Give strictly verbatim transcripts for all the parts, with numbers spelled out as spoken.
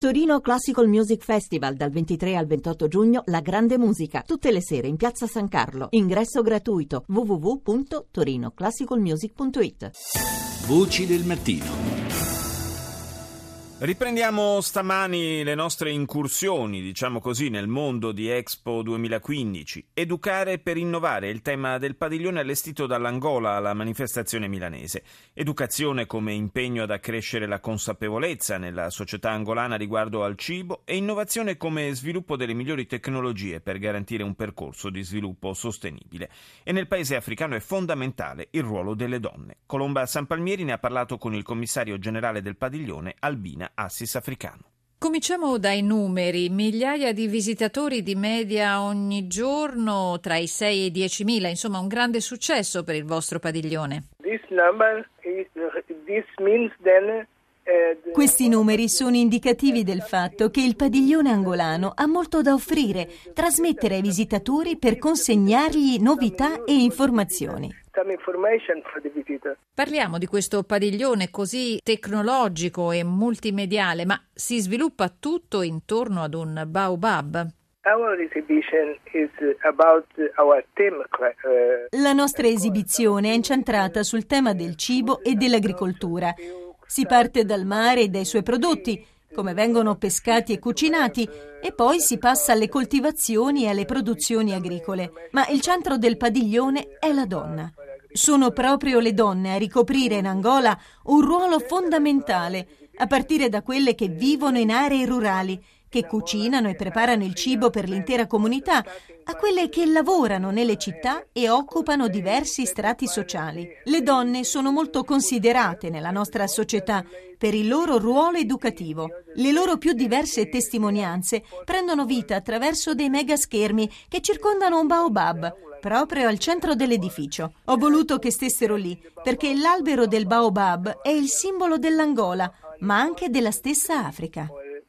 Torino Classical Music Festival dal ventitré al ventotto giugno, la grande musica, tutte le sere in Piazza San Carlo. Ingresso gratuito w w w punto torino classical music punto it. Voci del mattino. Riprendiamo stamani le nostre incursioni, diciamo così, nel mondo di Expo duemilaquindici. Educare per innovare è il tema del padiglione allestito dall'Angola alla manifestazione milanese. Educazione come impegno ad accrescere la consapevolezza nella società angolana riguardo al cibo e innovazione come sviluppo delle migliori tecnologie per garantire un percorso di sviluppo sostenibile. E nel paese africano è fondamentale il ruolo delle donne. Colomba Sanpalmieri ne ha parlato con il commissario generale del padiglione, Albina Assis Africano. Cominciamo dai numeri. Migliaia di visitatori di media ogni giorno, tra i sei e i diecimila, insomma un grande successo per il vostro padiglione. This number is, this means then Questi numeri sono indicativi del fatto che il padiglione angolano ha molto da offrire, trasmettere ai visitatori per consegnargli novità e informazioni. Parliamo di questo padiglione così tecnologico e multimediale, ma si sviluppa tutto intorno ad un baobab. La nostra esibizione è incentrata sul tema del cibo e dell'agricoltura. Si parte dal mare e dai suoi prodotti, come vengono pescati e cucinati, e poi si passa alle coltivazioni e alle produzioni agricole. Ma il centro del padiglione è la donna. Sono proprio le donne a ricoprire in Angola un ruolo fondamentale, a partire da quelle che vivono in aree rurali, che cucinano e preparano il cibo per l'intera comunità, a quelle che lavorano nelle città e occupano diversi strati sociali. Le donne sono molto considerate nella nostra società per il loro ruolo educativo. Le loro più diverse testimonianze prendono vita attraverso dei megaschermi che circondano un baobab, proprio al centro dell'edificio. Ho voluto che stessero lì, perché l'albero del baobab è il simbolo dell'Angola, ma anche della stessa Africa.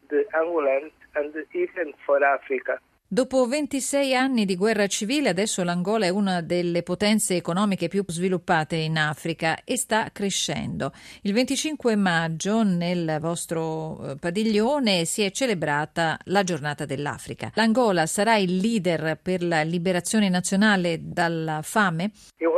Dopo ventisei anni di guerra civile, adesso l'Angola è una delle potenze economiche più sviluppate in Africa e sta crescendo. Il venticinque maggio nel vostro padiglione si è celebrata la giornata dell'Africa. L'Angola sarà il leader per la liberazione nazionale dalla fame?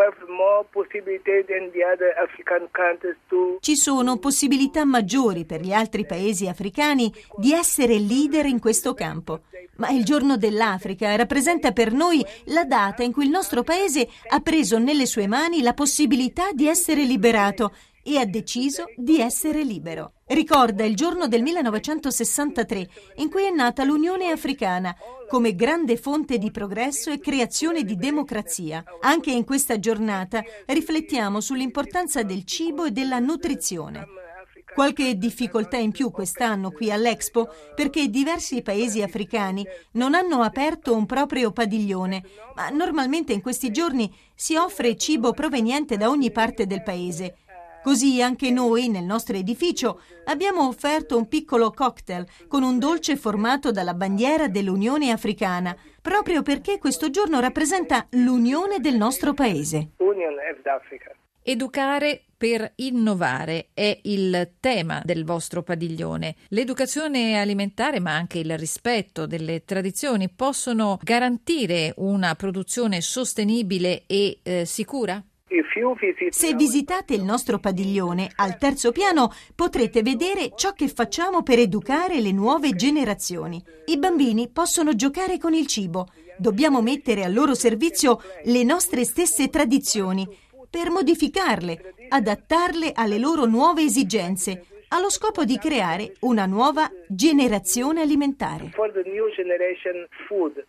Ci sono possibilità maggiori per gli altri paesi africani di essere leader in questo campo. Ma il giorno dell'Africa rappresenta per noi la data in cui il nostro paese ha preso nelle sue mani la possibilità di essere liberato e ha deciso di essere libero. Ricorda il giorno del millenovecentosessantatré, in cui è nata l'Unione Africana, come grande fonte di progresso e creazione di democrazia. Anche in questa giornata riflettiamo sull'importanza del cibo e della nutrizione. Qualche difficoltà in più quest'anno qui all'Expo perché diversi paesi africani non hanno aperto un proprio padiglione, ma normalmente in questi giorni si offre cibo proveniente da ogni parte del paese. Così anche noi, nel nostro edificio, abbiamo offerto un piccolo cocktail con un dolce formato dalla bandiera dell'Unione Africana, proprio perché questo giorno rappresenta l'unione del nostro paese. Educare per innovare è il tema del vostro padiglione. L'educazione alimentare, ma anche il rispetto delle tradizioni, possono garantire una produzione sostenibile e eh, sicura? Se visitate il nostro padiglione, al terzo piano potrete vedere ciò che facciamo per educare le nuove generazioni. I bambini possono giocare con il cibo. Dobbiamo mettere al loro servizio le nostre stesse tradizioni per modificarle, adattarle alle loro nuove esigenze, allo scopo di creare una nuova generazione alimentare.